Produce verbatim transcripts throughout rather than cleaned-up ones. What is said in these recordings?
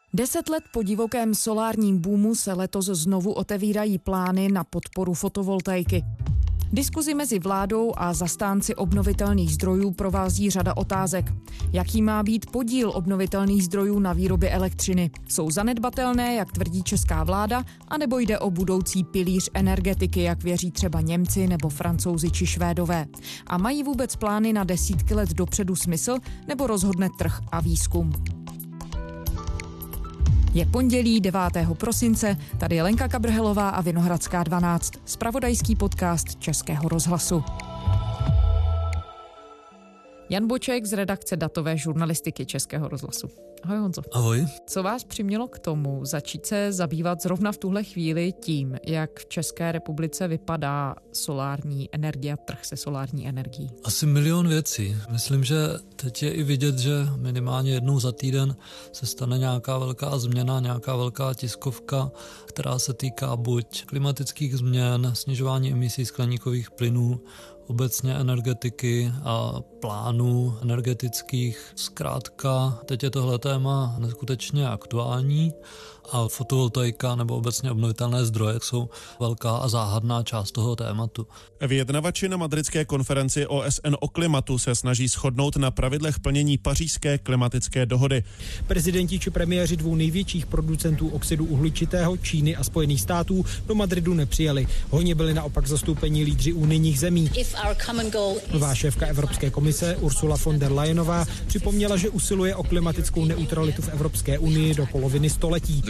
Deset let po divokém solárním boomu se letos znovu otevírají plány na podporu fotovoltaiky. Diskuzi mezi vládou a zastánci obnovitelných zdrojů provází řada otázek. Jaký má být podíl obnovitelných zdrojů na výrobě elektřiny? Jsou zanedbatelné, jak tvrdí česká vláda, anebo jde o budoucí pilíř energetiky, jak věří třeba Němci nebo Francouzi či Švédové? A mají vůbec plány na desítky let dopředu smysl, nebo rozhodne trh a výzkum? Je pondělí devátého prosince, tady je Lenka Kabrhelová a Vinohradská dvanáct, zpravodajský podcast Českého rozhlasu. Jan Boček z redakce datové žurnalistiky Českého rozhlasu. Ahoj Honzo. Ahoj. Co vás přimělo k tomu začít se zabývat zrovna v tuhle chvíli tím, jak v České republice vypadá solární energie a trh se solární energií? Asi milion věcí. Myslím, že teď je i vidět, že minimálně jednou za týden se stane nějaká velká změna, nějaká velká tiskovka, která se týká buď klimatických změn, snižování emisí skleníkových plynů, obecně energetiky a plánů energetických. Zkrátka, teď je tohle téma neskutečně aktuální a fotovoltaika nebo obecně obnovitelné zdroje jsou velká a záhadná část toho tématu. Vyjednavači na madridské konferenci O S N o klimatu se snaží shodnout na pravidlech plnění Pařížské klimatické dohody. Prezidenti či premiéři dvou největších producentů oxidu uhličitého, Číny a Spojených států, do Madridu nepřijeli. Hojně byli naopak zastoupeni lídři unijních zemí. Nová šéfka Evropské komise Ursula von der Leyenová připomněla, že usiluje o klimatickou neutralitu v Evropské unii do poloviny století.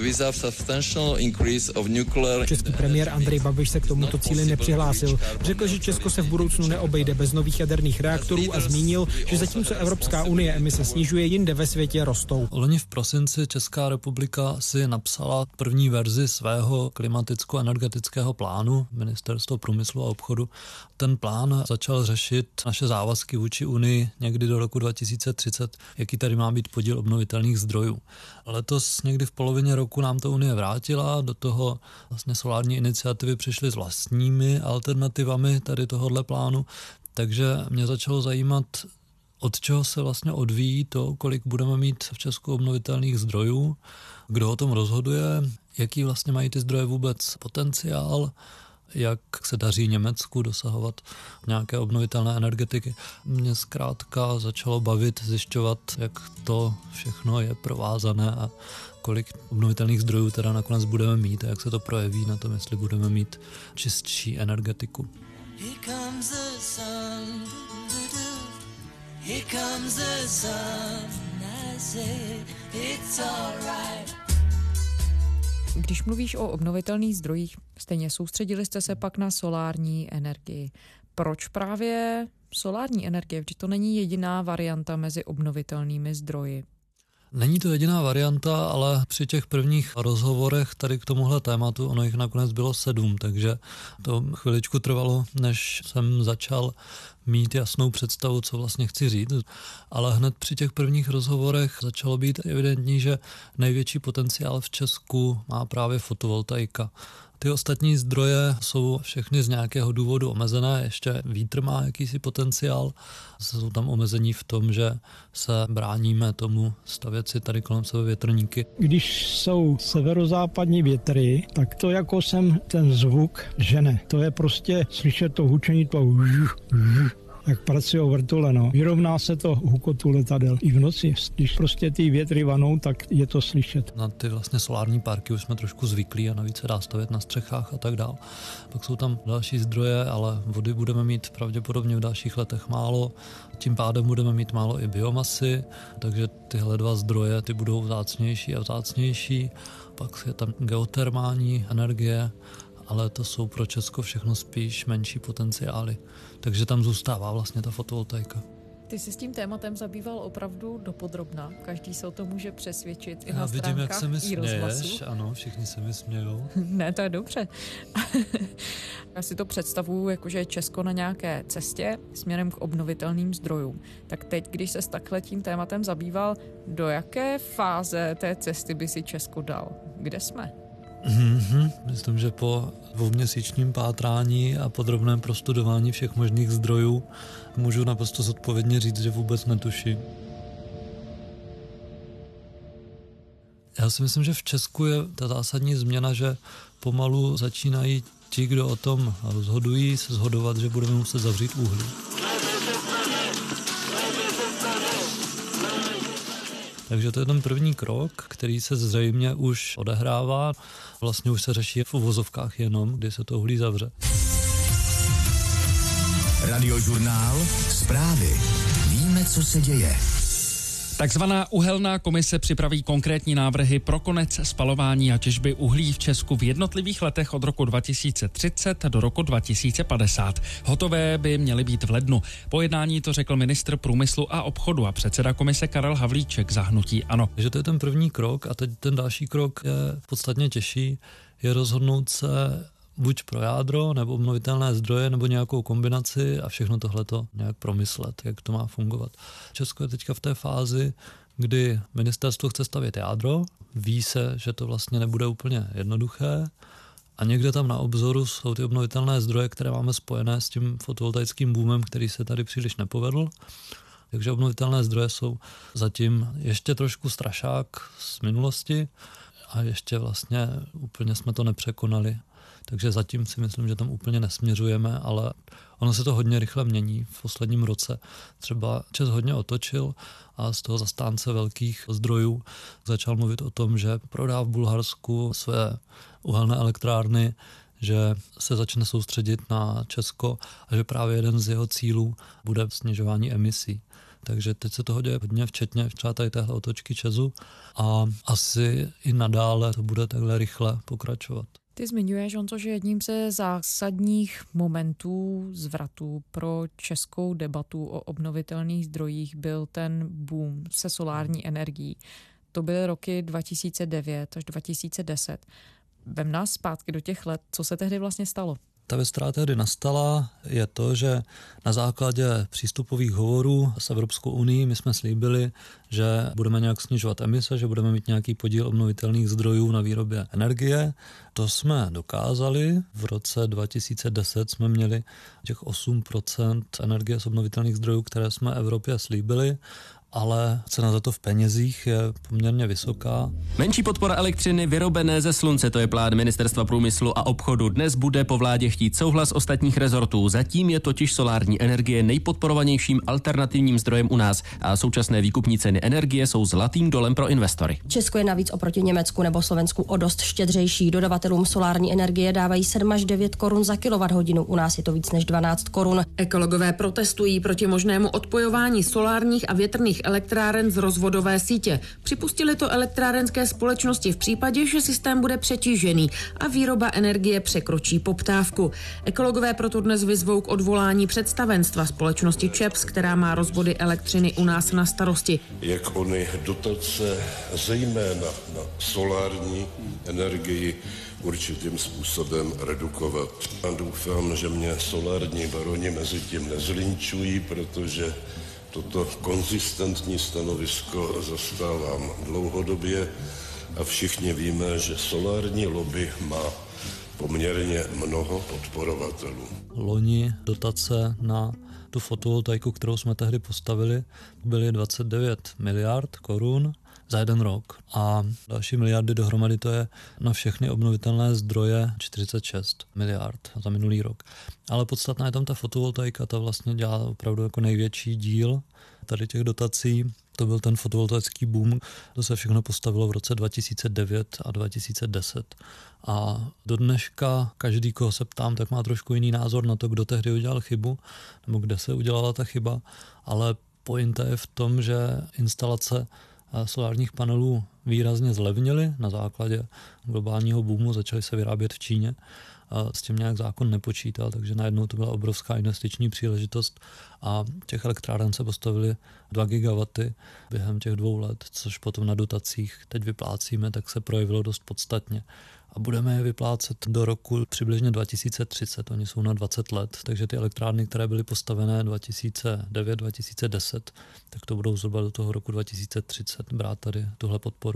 Český premiér Andrej Babiš se k tomuto cíli nepřihlásil. Řekl, že Česko se v budoucnu neobejde bez nových jaderných reaktorů a zmínil, že zatímco Evropská unie emise snižuje, jinde ve světě rostou. Loni v prosinci Česká republika si napsala první verzi svého klimaticko-energetického plánu, Ministerstvo průmyslu a obchodu. Ten plán začal řešit naše závazky vůči Unii někdy do roku dva tisíce třicet, jaký tady má být podíl obnovitelných zdrojů. Letos někdy v polovině roku nám to Unie vrátila, do toho vlastně solární iniciativy přišly s vlastními alternativami tady tohohle plánu, takže mě začalo zajímat, od čeho se vlastně odvíjí to, kolik budeme mít v Česku obnovitelných zdrojů, kdo o tom rozhoduje, jaký vlastně mají ty zdroje vůbec potenciál, jak se daří Německu dosahovat nějaké obnovitelné energetiky. Mě zkrátka začalo bavit, zjišťovat, jak to všechno je provázané a kolik obnovitelných zdrojů teda nakonec budeme mít a jak se to projeví na tom, jestli budeme mít čistší energetiku. Here comes the sun, here comes the sun, I say it's all right. Když mluvíš o obnovitelných zdrojích, stejně soustředili jste se pak na solární energii. Proč právě solární energie? Vždyť to není jediná varianta mezi obnovitelnými zdroji. Není to jediná varianta, ale při těch prvních rozhovorech tady k tomuhle tématu, ono jich nakonec bylo sedm, takže to chviličku trvalo, než jsem začal mít jasnou představu, co vlastně chci říct. Ale hned při těch prvních rozhovorech začalo být evidentní, že největší potenciál v Česku má právě fotovoltaika. Ty ostatní zdroje jsou všechny z nějakého důvodu omezené, ještě vítr má jakýsi potenciál. Jsou tam omezení v tom, že se bráníme tomu stavět si tady kolem sebe větrníky. Když jsou severozápadní větry, tak to jako jsem ten zvuk žene. To je prostě slyšet to hučení, to jak pracují vrtule, no. Vyrovná se to hukotu letadel i v noci. Když prostě ty větry vanou, tak je to slyšet. Na ty vlastně solární parky už jsme trošku zvyklí a navíc se dá stavět na střechách a tak dál. Pak jsou tam další zdroje, ale vody budeme mít pravděpodobně v dalších letech málo. Tím pádem budeme mít málo i biomasy, takže tyhle dva zdroje ty budou vzácnější a vzácnější. Pak je tam geotermální energie, ale to jsou pro Česko všechno spíš menší potenciály. Takže tam zůstává vlastně ta fotovoltaika. Ty jsi s tím tématem zabýval opravdu dopodrobna. Každý se o to může přesvědčit i Já na vidím, stránkách jak se mi iRozhlasu. směješ. Ano, všichni se mi smějou. Ne, to je dobře. Já si to představuju, jakože je Česko na nějaké cestě směrem k obnovitelným zdrojům. Tak teď, když se s takhle tím tématem zabýval, do jaké fáze té cesty by si Česko dal? Kde jsme? Mm-hmm. Myslím, že po dvouměsíčním pátrání a podrobném prostudování všech možných zdrojů můžu naprosto zodpovědně říct, že vůbec netuším. Já si myslím, že v Česku je ta zásadní změna, že pomalu začínají ti, kdo o tom rozhodují, se shodovat, že budeme muset zavřít uhlí. Takže to je ten první krok, který se zřejmě už odehrává. Vlastně už se řeší v uvozovkách jenom, kdy se to uhlí zavře. Radiožurnál, zprávy. Víme, co se děje. Takzvaná uhelná komise připraví konkrétní návrhy pro konec spalování a těžby uhlí v Česku v jednotlivých letech od roku dva tisíce třicet do roku dva tisíce padesát. Hotové by měly být v lednu. Po jednání to řekl ministr průmyslu a obchodu a předseda komise Karel Havlíček za hnutí ANO. Takže to je ten první krok a teď ten další krok je podstatně těžší, je rozhodnout se buď pro jádro, nebo obnovitelné zdroje, nebo nějakou kombinaci a všechno tohleto nějak promyslet, jak to má fungovat. Česko je teďka v té fázi, kdy ministerstvo chce stavět jádro, ví se, že to vlastně nebude úplně jednoduché a někde tam na obzoru jsou ty obnovitelné zdroje, které máme spojené s tím fotovoltaickým boomem, který se tady příliš nepovedl. Takže obnovitelné zdroje jsou zatím ještě trošku strašák z minulosti a ještě vlastně úplně jsme to nepřekonali. Takže zatím si myslím, že tam úplně nesměřujeme, ale ono se to hodně rychle mění v posledním roce. Třeba ČEZ hodně otočil a z toho zastánce velkých zdrojů začal mluvit o tom, že prodá v Bulharsku své uhelné elektrárny, že se začne soustředit na Česko a že právě jeden z jeho cílů bude snižování emisí. Takže teď se toho děje hodně, včetně třeba tady téhle otočky ČEZu a asi i nadále to bude takhle rychle pokračovat. Ty zmiňuješ, Honzo, že jedním ze zásadních momentů zvratů pro českou debatu o obnovitelných zdrojích byl ten boom se solární energií. To byly roky dva tisíce devět až dva tisíce deset. Vem nás zpátky do těch let, co se tehdy vlastně stalo? Ta věc, která tehdy nastala, je to, že na základě přístupových hovorů s Evropskou unií my jsme slíbili, že budeme nějak snižovat emise, že budeme mít nějaký podíl obnovitelných zdrojů na výrobě energie. To jsme dokázali. V roce dva tisíce deset jsme měli těch osm procent energie z obnovitelných zdrojů, které jsme Evropě slíbili, ale cena za to v penězích je poměrně vysoká. Menší podpora elektřiny vyrobené ze slunce, to je plán Ministerstva průmyslu a obchodu. Dnes bude po vládě chtít souhlas ostatních rezortů. Zatím je totiž solární energie nejpodporovanějším alternativním zdrojem u nás a současné výkupní ceny energie jsou zlatým dolem pro investory. Česko je navíc oproti Německu nebo Slovensku o dost štědřejší. Dodavatelům solární energie dávají sedm až devět korun za kilowatthodinu. U nás je to víc než dvanáct korun. Ekologové protestují proti možnému odpojování solárních a větrných elektráren z rozvodové sítě. Připustili to elektrárenské společnosti v případě, že systém bude přetížený a výroba energie překročí poptávku. Ekologové proto dnes vyzvou k odvolání představenstva společnosti ČEPS, která má rozvody elektřiny u nás na starosti. Jak ony dotace zejména na solární energii určitým způsobem redukovat. A doufám, že mě solární baroni mezi tím nezlinčují, protože toto konzistentní stanovisko zastávám dlouhodobě a všichni víme, že solární lobby má poměrně mnoho podporovatelů. Loni dotace na tu fotovoltaiku, kterou jsme tehdy postavili, byly dvacet devět miliard korun za jeden rok. A další miliardy dohromady to je na všechny obnovitelné zdroje čtyřicet šest miliard za minulý rok. Ale podstatná je tam ta fotovoltaika, ta vlastně dělá opravdu jako největší díl tady těch dotací. To byl ten fotovoltaický boom, to se všechno postavilo v roce dva tisíce devět a dva tisíce deset. A do dneška každý, koho se ptám, tak má trošku jiný názor na to, kdo tehdy udělal chybu, nebo kde se udělala ta chyba, ale pointa je v tom, že instalace solárních panelů výrazně zlevnily na základě globálního boomu, začaly se vyrábět v Číně. A s tím nějak zákon nepočítal, takže najednou to byla obrovská investiční příležitost a těch elektráren se postavily dva gigawaty během těch dvou let, což potom na dotacích teď vyplácíme, tak se projevilo dost podstatně. A budeme je vyplácet do roku přibližně dva tisíce třicet, oni jsou na dvacet let, takže ty elektrárny, které byly postavené dva tisíce devět dva tisíce deset, tak to budou zhruba do toho roku dva tisíce třicet brát tady tuhle podporu.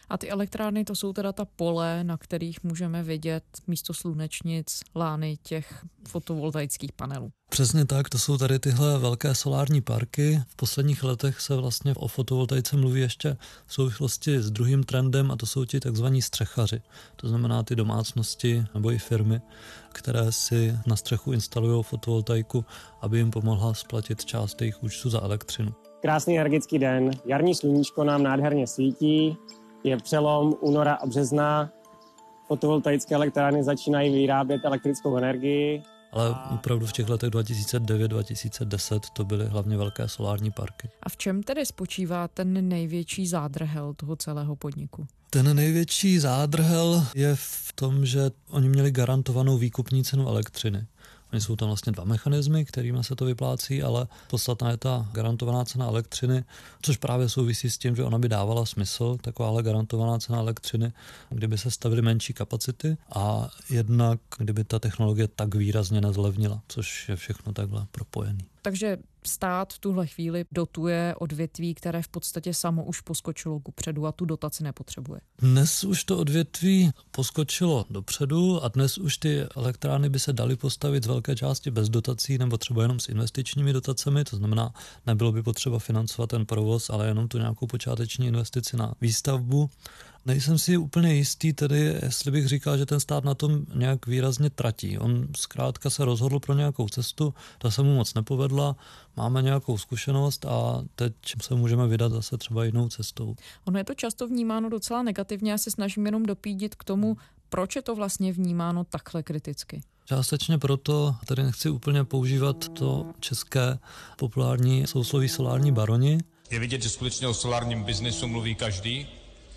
A ty elektrárny, to jsou teda ta pole, na kterých můžeme vidět místo slunečnic lány těch fotovoltaických panelů. Přesně tak, to jsou tady tyhle velké solární parky. V posledních letech se vlastně o fotovoltaice mluví ještě v souvislosti s druhým trendem a to jsou ti takzvaní střechaři. To znamená ty domácnosti nebo i firmy, které si na střechu instalují fotovoltaiku, aby jim pomohla splatit část jejich účtu za elektřinu. Krásný energický den, jarní sluníčko nám nádherně svítí, je přelom února a března, fotovoltaické elektrárny začínají vyrábět elektrickou energii. Ale opravdu v těch letech dva tisíce devět dva tisíce deset to byly hlavně velké solární parky. A v čem tedy spočívá ten největší zádrhel toho celého podniku? Ten největší zádrhel je v tom, že oni měli garantovanou výkupní cenu elektřiny. Oni jsou tam vlastně dva mechanismy, kterými se to vyplácí, ale podstatná je ta garantovaná cena elektřiny, což právě souvisí s tím, že ona by dávala smysl, takováhle garantovaná cena elektřiny, kdyby se stavily menší kapacity a jednak kdyby ta technologie tak výrazně nezlevnila, což je všechno takhle propojený. Takže stát v tuhle chvíli dotuje odvětví, které v podstatě samo už poskočilo kupředu a tu dotaci nepotřebuje. Dnes už to odvětví poskočilo dopředu a dnes už ty elektrárny by se daly postavit z velké části bez dotací nebo třeba jenom s investičními dotacemi, to znamená, nebylo by potřeba financovat ten provoz, ale jenom tu nějakou počáteční investici na výstavbu. Nejsem si úplně jistý tedy, jestli bych říkal, že ten stát na tom nějak výrazně tratí. On zkrátka se rozhodl pro nějakou cestu, ta se mu moc nepovedla, máme nějakou zkušenost a teď se můžeme vydat zase třeba jinou cestou. Ono je to často vnímáno docela negativně, já se snažím jenom dopídit k tomu, proč je to vlastně vnímáno takhle kriticky. Částečně proto, tady nechci úplně používat to české populární sousloví solární baroni. Je vidět, že skutečně o solárním biznesu mluví každý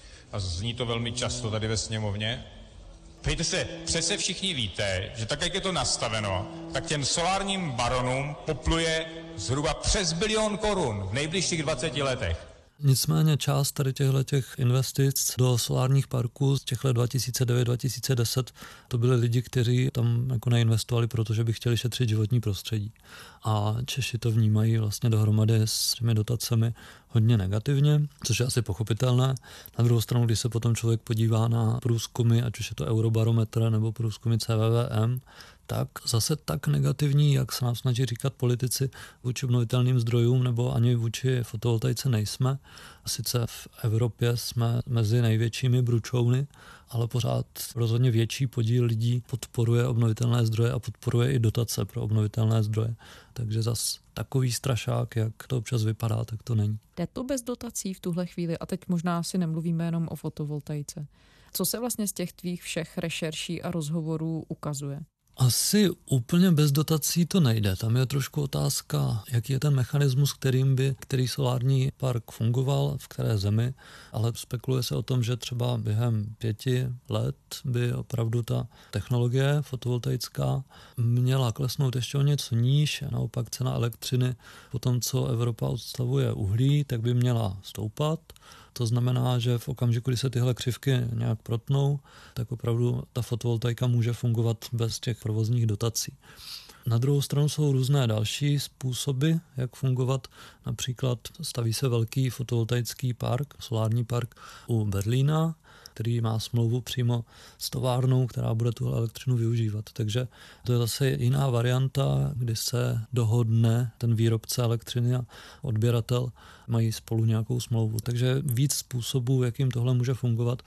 a zní to velmi často tady ve sněmovně. Pejte se, přece všichni víte, že tak, jak je to nastaveno, tak těm solárním baronům popluje zhruba přes bilion korun v nejbližších dvaceti letech. Nicméně část tady těchto investic do solárních parků z těch let dva tisíce devět dva tisíce deset to byli lidi, kteří tam jako neinvestovali, protože by chtěli šetřit životní prostředí. A Češi to vnímají vlastně dohromady s těmi dotacemi hodně negativně, což je asi pochopitelné. Na druhou stranu, když se potom člověk podívá na průzkumy, ať už je to Eurobarometr nebo průzkumy C V V M, tak zase tak negativní, jak se nám snaží říkat politici, vůči obnovitelným zdrojům nebo ani vůči fotovoltaice nejsme. Sice v Evropě jsme mezi největšími bručouny, ale pořád rozhodně větší podíl lidí podporuje obnovitelné zdroje a podporuje i dotace pro obnovitelné zdroje. Takže zas takový strašák, jak to občas vypadá, tak to není. Jde to bez dotací v tuhle chvíli a teď možná si nemluvíme jenom o fotovoltaice. Co se vlastně z těch tvých všech rešerší a rozhovorů ukazuje? Asi úplně bez dotací to nejde. Tam je trošku otázka, jaký je ten mechanismus, kterým by který solární park fungoval, v které zemi, ale spekuluje se o tom, že třeba během pěti let by opravdu ta technologie fotovoltaická měla klesnout ještě o něco níž a naopak cena elektřiny po tom, co Evropa odstavuje uhlí, tak by měla stoupat. To znamená, že v okamžiku, kdy se tyhle křivky nějak protnou, tak opravdu ta fotovoltaika může fungovat bez těch provozních dotací. Na druhou stranu jsou různé další způsoby, jak fungovat. Například staví se velký fotovoltaický park, solární park u Berlína, který má smlouvu přímo s továrnou, která bude tu elektřinu využívat. Takže to je zase jiná varianta, kdy se dohodne ten výrobce elektřiny a odběratel mají spolu nějakou smlouvu. Takže víc způsobů, jakým tohle může fungovat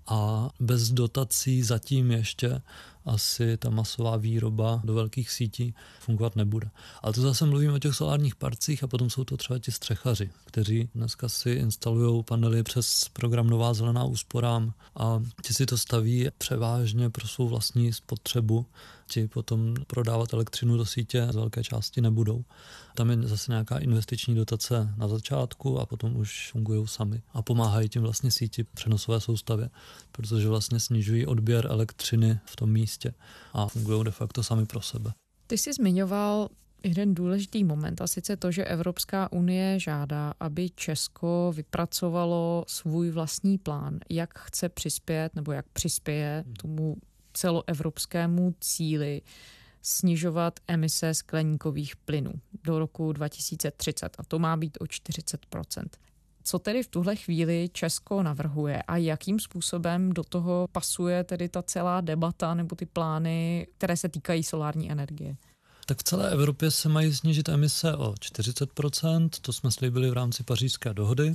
a bez dotací zatím ještě asi ta masová výroba do velkých sítí fungovat nebude. Ale to zase mluvím o těch solárních parcích a potom jsou to třeba ti střechaři, kteří dneska si instalují panely přes program Nová zelená úsporám a ti si to staví převážně pro svou vlastní spotřebu. Ti potom prodávat elektřinu do sítě z velké části nebudou. Tam je zase nějaká investiční dotace na začátku a potom už fungují sami a pomáhají tím vlastně síti přenosové soustavě, protože vlastně snižují odběr elektřiny v tom místě a fungují de facto sami pro sebe. Ty jsi zmiňoval jeden důležitý moment a sice to, že Evropská unie žádá, aby Česko vypracovalo svůj vlastní plán, jak chce přispět nebo jak přispěje tomu celoevropskému cíli snižovat emise skleníkových plynů do roku dva tisíce třicet a to má být o čtyřicet procent. Co tedy v tuhle chvíli Česko navrhuje a jakým způsobem do toho pasuje tedy ta celá debata nebo ty plány, které se týkají solární energie? Tak v celé Evropě se mají snížit emise o čtyřicet procent, to jsme slíbili v rámci Pařížské dohody.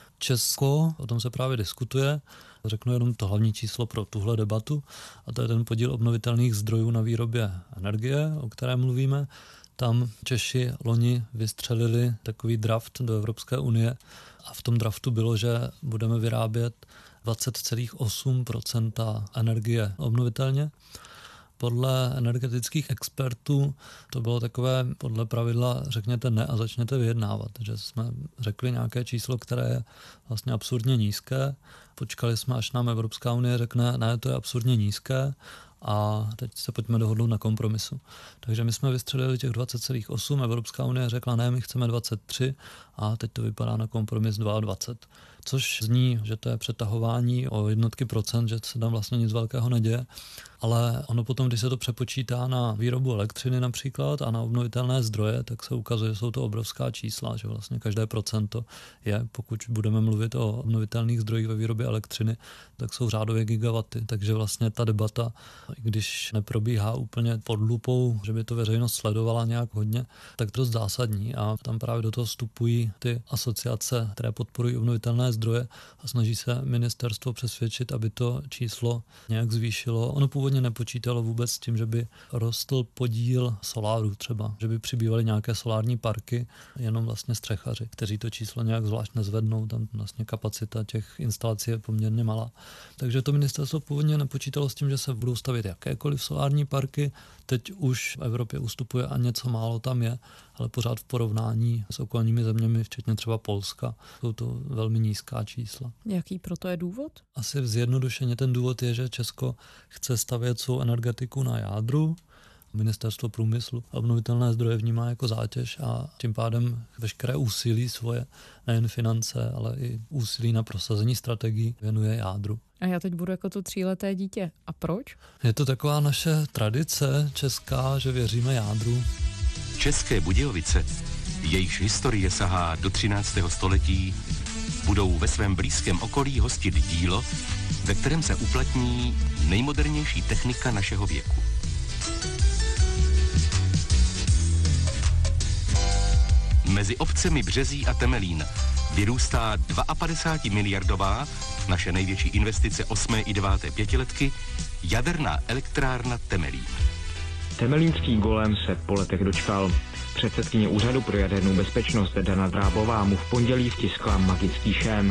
Česko, o tom se právě diskutuje, řeknu jenom to hlavní číslo pro tuhle debatu, a to je ten podíl obnovitelných zdrojů na výrobě energie, o které mluvíme. Tam Češi loni vystřelili takový draft do Evropské unie a v tom draftu bylo, že budeme vyrábět dvacet celá osm procenta energie obnovitelně. Podle energetických expertů to bylo takové podle pravidla řekněte ne a začněte vyjednávat. Že jsme řekli nějaké číslo, které je vlastně absurdně nízké. Počkali jsme, až nám Evropská unie řekne, ne, to je absurdně nízké a teď se pojďme dohodnout na kompromisu. Takže my jsme vystřelili těch dvacet celá osm, Evropská unie řekla ne, my chceme dvacet tři a teď to vypadá na kompromis dvacet dva. Což zní, že to je přetahování o jednotky procent, že se tam vlastně nic velkého neděje, ale ono potom, když se to přepočítá na výrobu elektřiny například a na obnovitelné zdroje, tak se ukazuje, že jsou to obrovská čísla, že vlastně každé procento je, pokud budeme mluvit o obnovitelných zdrojích ve výrobě elektřiny, tak jsou řádově gigawaty, takže vlastně ta debata, i když neprobíhá úplně pod lupou, že by to veřejnost sledovala nějak hodně, tak to je zásadní a tam právě do toho vstupují ty asociace, které podporují obnovitelné zdroje a snaží se ministerstvo přesvědčit, aby to číslo nějak zvýšilo. Ono původně nepočítalo vůbec s tím, že by rostl podíl soláru třeba, že by přibývaly nějaké solární parky, jenom vlastně střechaři, kteří to číslo nějak zvlášť nezvednou, tam vlastně kapacita těch instalací je poměrně malá. Takže to ministerstvo původně nepočítalo s tím, že se budou stavět jakékoliv solární parky, teď už v Evropě ustupuje a něco málo tam je, ale pořád v porovnání s okolními zeměmi, včetně třeba Polska, jsou to velmi nízká čísla. Jaký proto je důvod? Asi zjednodušeně ten důvod je, že Česko chce stavět svou energetiku na jádru, Ministerstvo průmyslu a obnovitelné zdroje vnímá jako zátěž a tím pádem veškeré úsilí svoje, nejen finance, ale i úsilí na prosazení strategií věnuje jádru. A já teď budu jako to tříleté dítě. A proč? Je to taková naše tradice česká, že věříme jádru. České Budějovice, jejichž historie sahá do třináctého století, budou ve svém blízkém okolí hostit dílo, ve kterém se uplatní nejmodernější technika našeho věku. Mezi obcemi Březí a Temelín vyrůstá padesát dva miliardová, naše největší investice osmé i deváté pětiletky, jaderná elektrárna Temelín. Temelínský golem se po letech dočkal. Předsedkyně Úřadu pro jadernou bezpečnost Dana Drábová mu v pondělí vtiskla magický šém.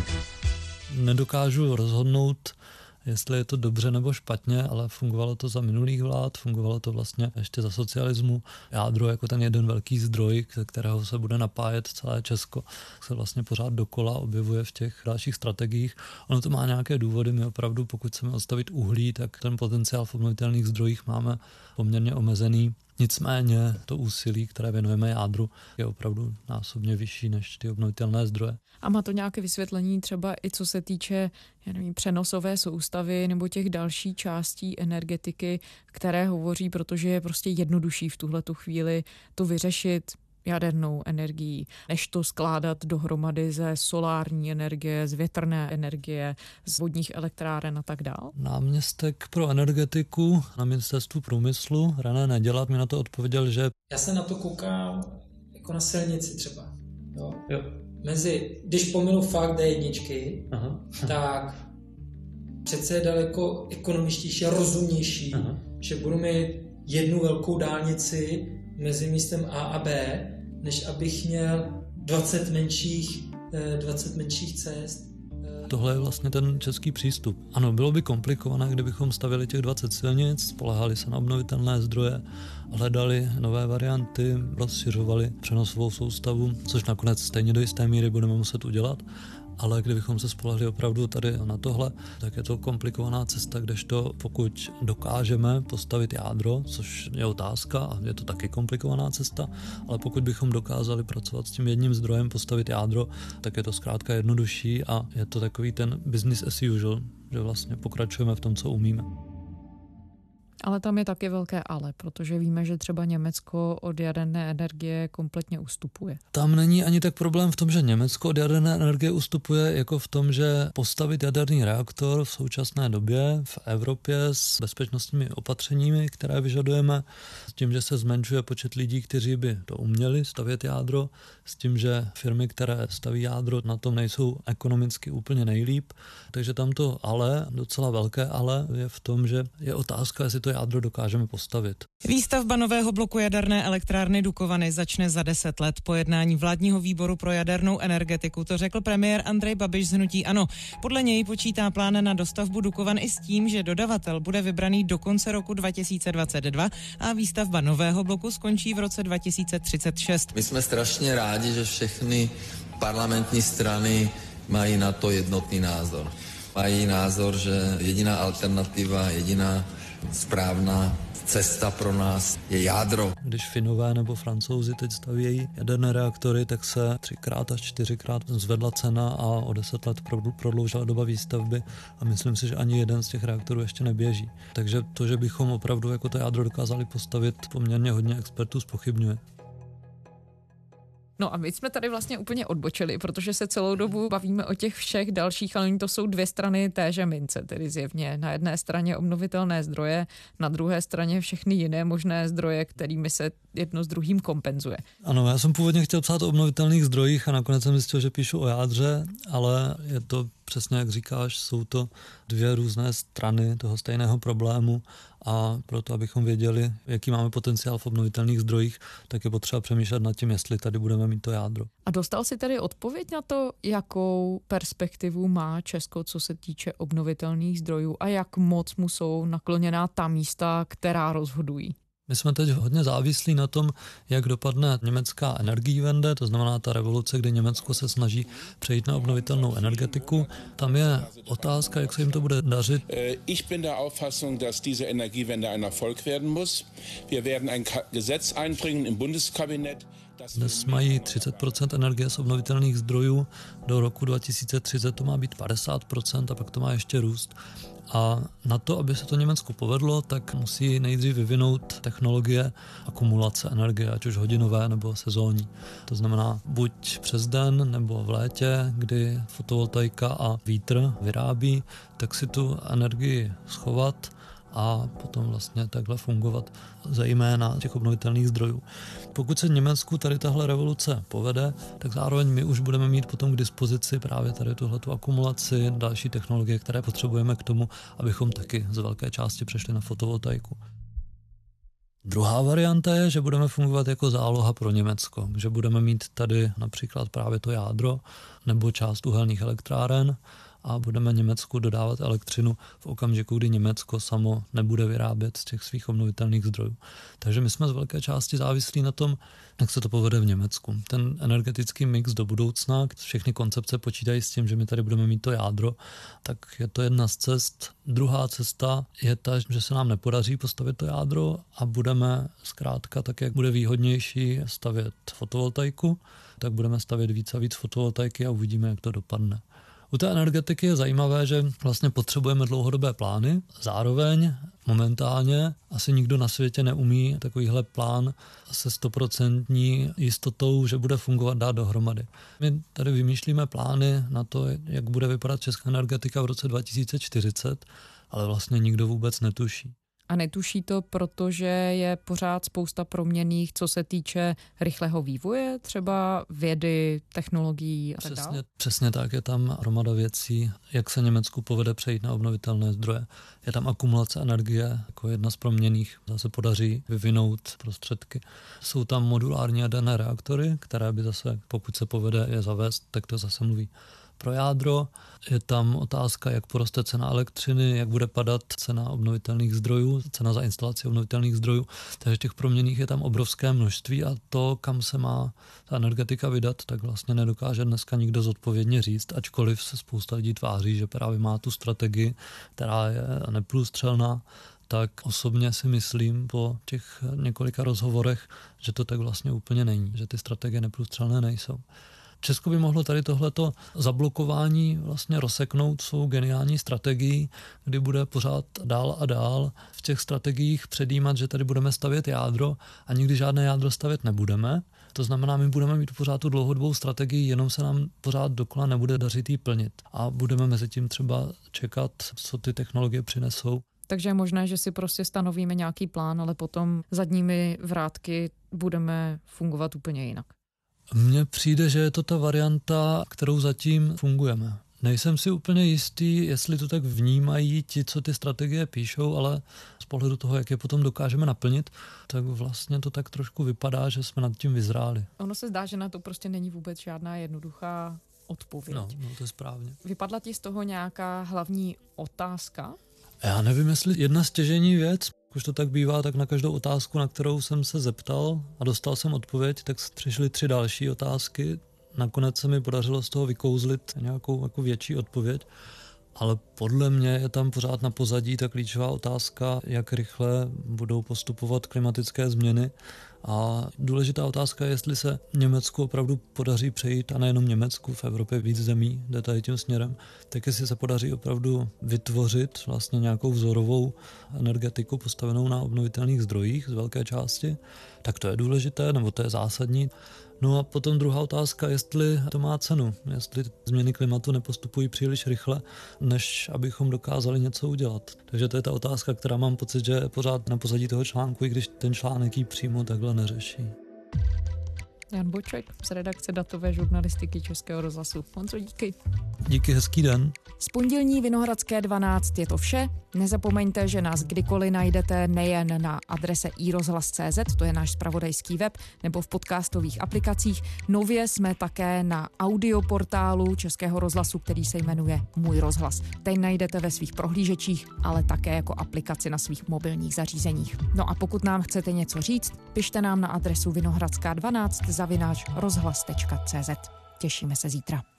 Nedokážu rozhodnout, jestli je to dobře nebo špatně, ale fungovalo to za minulých vlád, fungovalo to vlastně ještě za socialismu. Jádro jako ten jeden velký zdroj, kterého se bude napájet celé Česko, se vlastně pořád dokola objevuje v těch dalších strategiích. Ono to má nějaké důvody, my opravdu, pokud chceme odstavit uhlí, tak ten potenciál v obnovitelných zdrojích máme poměrně omezený. Nicméně to úsilí, které věnujeme jádru, je opravdu násobně vyšší než ty obnovitelné zdroje. A má to nějaké vysvětlení třeba i co se týče já nevím, přenosové soustavy nebo těch další částí energetiky, které hovoří, protože je prostě jednodušší v tuhletu chvíli to vyřešit jadernou energií, než to skládat dohromady ze solární energie, z větrné energie, z vodních elektráren a tak dál? Náměstek pro energetiku na Ministerstvu průmyslu, René Neděla, mi na to odpověděl, že... Já se na to koukám jako na silnici třeba. Jo. Jo. Mezi, když pominu fakt dé jedna, tak přece je daleko ekonomičtější a rozumnější, Aha. že budu mít jednu velkou dálnici mezi místem A a B, než abych měl dvacet menších, dvacet menších cest. Tohle je vlastně ten český přístup. Ano, bylo by komplikované, kdybychom stavili těch dvacet silnic, spolehali se na obnovitelné zdroje, hledali nové varianty, rozšiřovali přenosovou soustavu, což nakonec stejně do jisté míry budeme muset udělat. Ale kdybychom se spolehli opravdu tady na tohle, tak je to komplikovaná cesta, kdežto pokud dokážeme postavit jádro, což je otázka a je to taky komplikovaná cesta, ale pokud bychom dokázali pracovat s tím jedním zdrojem, postavit jádro, tak je to zkrátka jednodušší a je to takový ten business as usual, že vlastně pokračujeme v tom, co umíme. Ale tam je taky velké ale, protože víme, že třeba Německo od jaderné energie kompletně ustupuje. Tam není ani tak problém v tom, že Německo od jaderné energie ustupuje, jako v tom, že postavit jaderný reaktor v současné době v Evropě s bezpečnostními opatřeními, které vyžadujeme, s tím, že se zmenšuje počet lidí, kteří by to uměli stavět jádro, s tím, že firmy, které staví jádro, na tom nejsou ekonomicky úplně nejlíp. Takže tam to ale, docela velké ale, je v tom, že je otázka, jestli to jádro dokážeme postavit. Výstavba nového bloku jaderné elektrárny Dukovany začne za deset let. Po jednání vládního výboru pro jadernou energetiku to řekl premiér Andrej Babiš z hnutí ANO. Podle něj počítá plán na dostavbu Dukovan i s tím, že dodavatel bude vybraný do konce roku dva tisíce dvacet dva a výstavba nového bloku skončí v roce dva tisíce třicet šest. My jsme strašně rádi, že všechny parlamentní strany mají na to jednotný názor. Mají názor, že jediná alternativa, jediná správná cesta pro nás je jádro. Když Finové nebo Francouzi teď stavějí jaderné reaktory, tak se třikrát až čtyřikrát zvedla cena a o deset let prodloužila doba výstavby a myslím si, že ani jeden z těch reaktorů ještě neběží. Takže to, že bychom opravdu jako to jádro dokázali postavit, poměrně hodně expertů zpochybňuje. No a my jsme tady vlastně úplně odbočili, protože se celou dobu bavíme o těch všech dalších, ale to jsou dvě strany téže mince, tedy zjevně. Na jedné straně obnovitelné zdroje, na druhé straně všechny jiné možné zdroje, kterými se jedno s druhým kompenzuje. Ano, já jsem původně chtěl psát o obnovitelných zdrojích a nakonec jsem zjistil, že píšu o jádře, ale je to přesně jak říkáš, jsou to dvě různé strany toho stejného problému a proto, abychom věděli, jaký máme potenciál v obnovitelných zdrojích, tak je potřeba přemýšlet nad tím, jestli tady budeme mít to jádro. A dostal si tedy odpověď na to, jakou perspektivu má Česko, co se týče obnovitelných zdrojů a jak moc mu jsou nakloněná ta místa, která rozhodují? My jsme teď hodně závislí na tom, jak dopadne německá Energiewende, to znamená ta revoluce, kdy Německo se snaží přejít na obnovitelnou energetiku. Tam je otázka, jak se jim to bude dařit. Ich bin der Auffassung, dass diese Energiewende ein Erfolg werden muss. Wir werden ein Gesetz einbringen im Bundeskabinett. Dnes mají třicet procent energie z obnovitelných zdrojů, do roku dva tisíce třicet to má být padesát procent a pak to má ještě růst. A na to, aby se to Německu povedlo, tak musí nejdřív vyvinout technologie akumulace energie, ať už hodinové nebo sezónní. To znamená buď přes den nebo v létě, kdy fotovoltaika a vítr vyrábí, tak si tu energii schovat a potom vlastně takhle fungovat zejména těch obnovitelných zdrojů. Pokud se Německu tady tahle revoluce povede, tak zároveň my už budeme mít potom k dispozici právě tady tuhletu akumulaci, další technologie, které potřebujeme k tomu, abychom taky z velké části přešli na fotovoltaiku. Druhá varianta je, že budeme fungovat jako záloha pro Německo, že budeme mít tady například právě to jádro nebo část uhelných elektráren a budeme Německu dodávat elektřinu v okamžiku, kdy Německo samo nebude vyrábět z těch svých obnovitelných zdrojů. Takže my jsme z velké části závislí na tom, jak se to povede v Německu. Ten energetický mix do budoucna, všechny koncepce počítají s tím, že my tady budeme mít to jádro, tak je to jedna z cest. Druhá cesta je ta, že se nám nepodaří postavit to jádro a budeme zkrátka tak, jak bude výhodnější stavět fotovoltaiku, tak budeme stavět víc a víc fotovoltaiky a uvidíme, jak to dopadne. U té energetiky je zajímavé, že vlastně potřebujeme dlouhodobé plány. Zároveň momentálně asi nikdo na světě neumí takovýhle plán se stoprocentní jistotou, že bude fungovat, dát dohromady. My tady vymýšlíme plány na to, jak bude vypadat česká energetika v roce dva tisíce čtyřicet, ale vlastně nikdo vůbec netuší. A netuší to, protože je pořád spousta proměnných, co se týče rychlého vývoje, třeba vědy, technologií a tak dále? Přesně, přesně tak, je tam hromada věcí, jak se Německu povede přejít na obnovitelné zdroje. Je tam akumulace energie, jako jedna z proměnných, zase podaří vyvinout prostředky. Jsou tam modulární jaderné reaktory, které by zase, pokud se povede je zavést, tak to zase mluví pro jádro. Je tam otázka, jak poroste cena elektřiny, jak bude padat cena obnovitelných zdrojů, cena za instalaci obnovitelných zdrojů. Takže těch proměnných je tam obrovské množství a to, kam se má ta energetika vydat, tak vlastně nedokáže dneska nikdo zodpovědně říct, ačkoliv se spousta lidí tváří, že právě má tu strategii, která je neprůstřelná, tak osobně si myslím po těch několika rozhovorech, že to tak vlastně úplně není, že ty strategie neprůstřelné nejsou. Česko by mohlo tady tohleto zablokování vlastně rozseknout svou geniální strategii, kdy bude pořád dál a dál v těch strategiích předjímat, že tady budeme stavět jádro a nikdy žádné jádro stavět nebudeme. To znamená, my budeme mít pořád tu dlouhodobou strategii, jenom se nám pořád dokola nebude dařit jí plnit. A budeme mezi tím třeba čekat, co ty technologie přinesou. Takže je možné, že si prostě stanovíme nějaký plán, ale potom zadními vrátky budeme fungovat úplně jinak. Mně přijde, že je to ta varianta, kterou zatím fungujeme. Nejsem si úplně jistý, jestli to tak vnímají ti, co ty strategie píšou, ale z pohledu toho, jak je potom dokážeme naplnit, tak vlastně to tak trošku vypadá, že jsme nad tím vyzráli. Ono se zdá, že na to prostě není vůbec žádná jednoduchá odpověď. No, no to je správně. Vypadla ti z toho nějaká hlavní otázka? Já nevím, jestli jedna stěžejní věc, už to tak bývá, tak na každou otázku, na kterou jsem se zeptal a dostal jsem odpověď, tak přišly tři další otázky. Nakonec se mi podařilo z toho vykouzlit nějakou jako větší odpověď, ale podle mě je tam pořád na pozadí ta klíčová otázka, jak rychle budou postupovat klimatické změny. A důležitá otázka je, jestli se Německu opravdu podaří přejít, a nejenom Německu, v Evropě víc zemí jde tady tím směrem, tak jestli se podaří opravdu vytvořit vlastně nějakou vzorovou energetiku postavenou na obnovitelných zdrojích z velké části, tak to je důležité, nebo to je zásadní. No a potom druhá otázka, jestli to má cenu, jestli změny klimatu nepostupují příliš rychle, než abychom dokázali něco udělat. Takže to je ta otázka, která mám pocit, že je pořád na pozadí toho článku, i když ten článek ji přímo takhle neřeší. Jan Boček z redakce datové žurnalistiky Českého rozhlasu. Honzo, díky. Díky, hezký den. Z pondělní Vinohradské dvanáct je to vše. Nezapomeňte, že nás kdykoliv najdete nejen na adrese i rozhlas tečka cé zet, to je náš zpravodajský web, nebo v podcastových aplikacích. Nově jsme také na audioportálu Českého rozhlasu, který se jmenuje Můj rozhlas. Ten najdete ve svých prohlížečích, ale také jako aplikaci na svých mobilních zařízeních. No a pokud nám chcete něco říct, pište nám na adresu vinohradská dvanáct zavináč rozhlas tečka cé zet. Těšíme se zítra.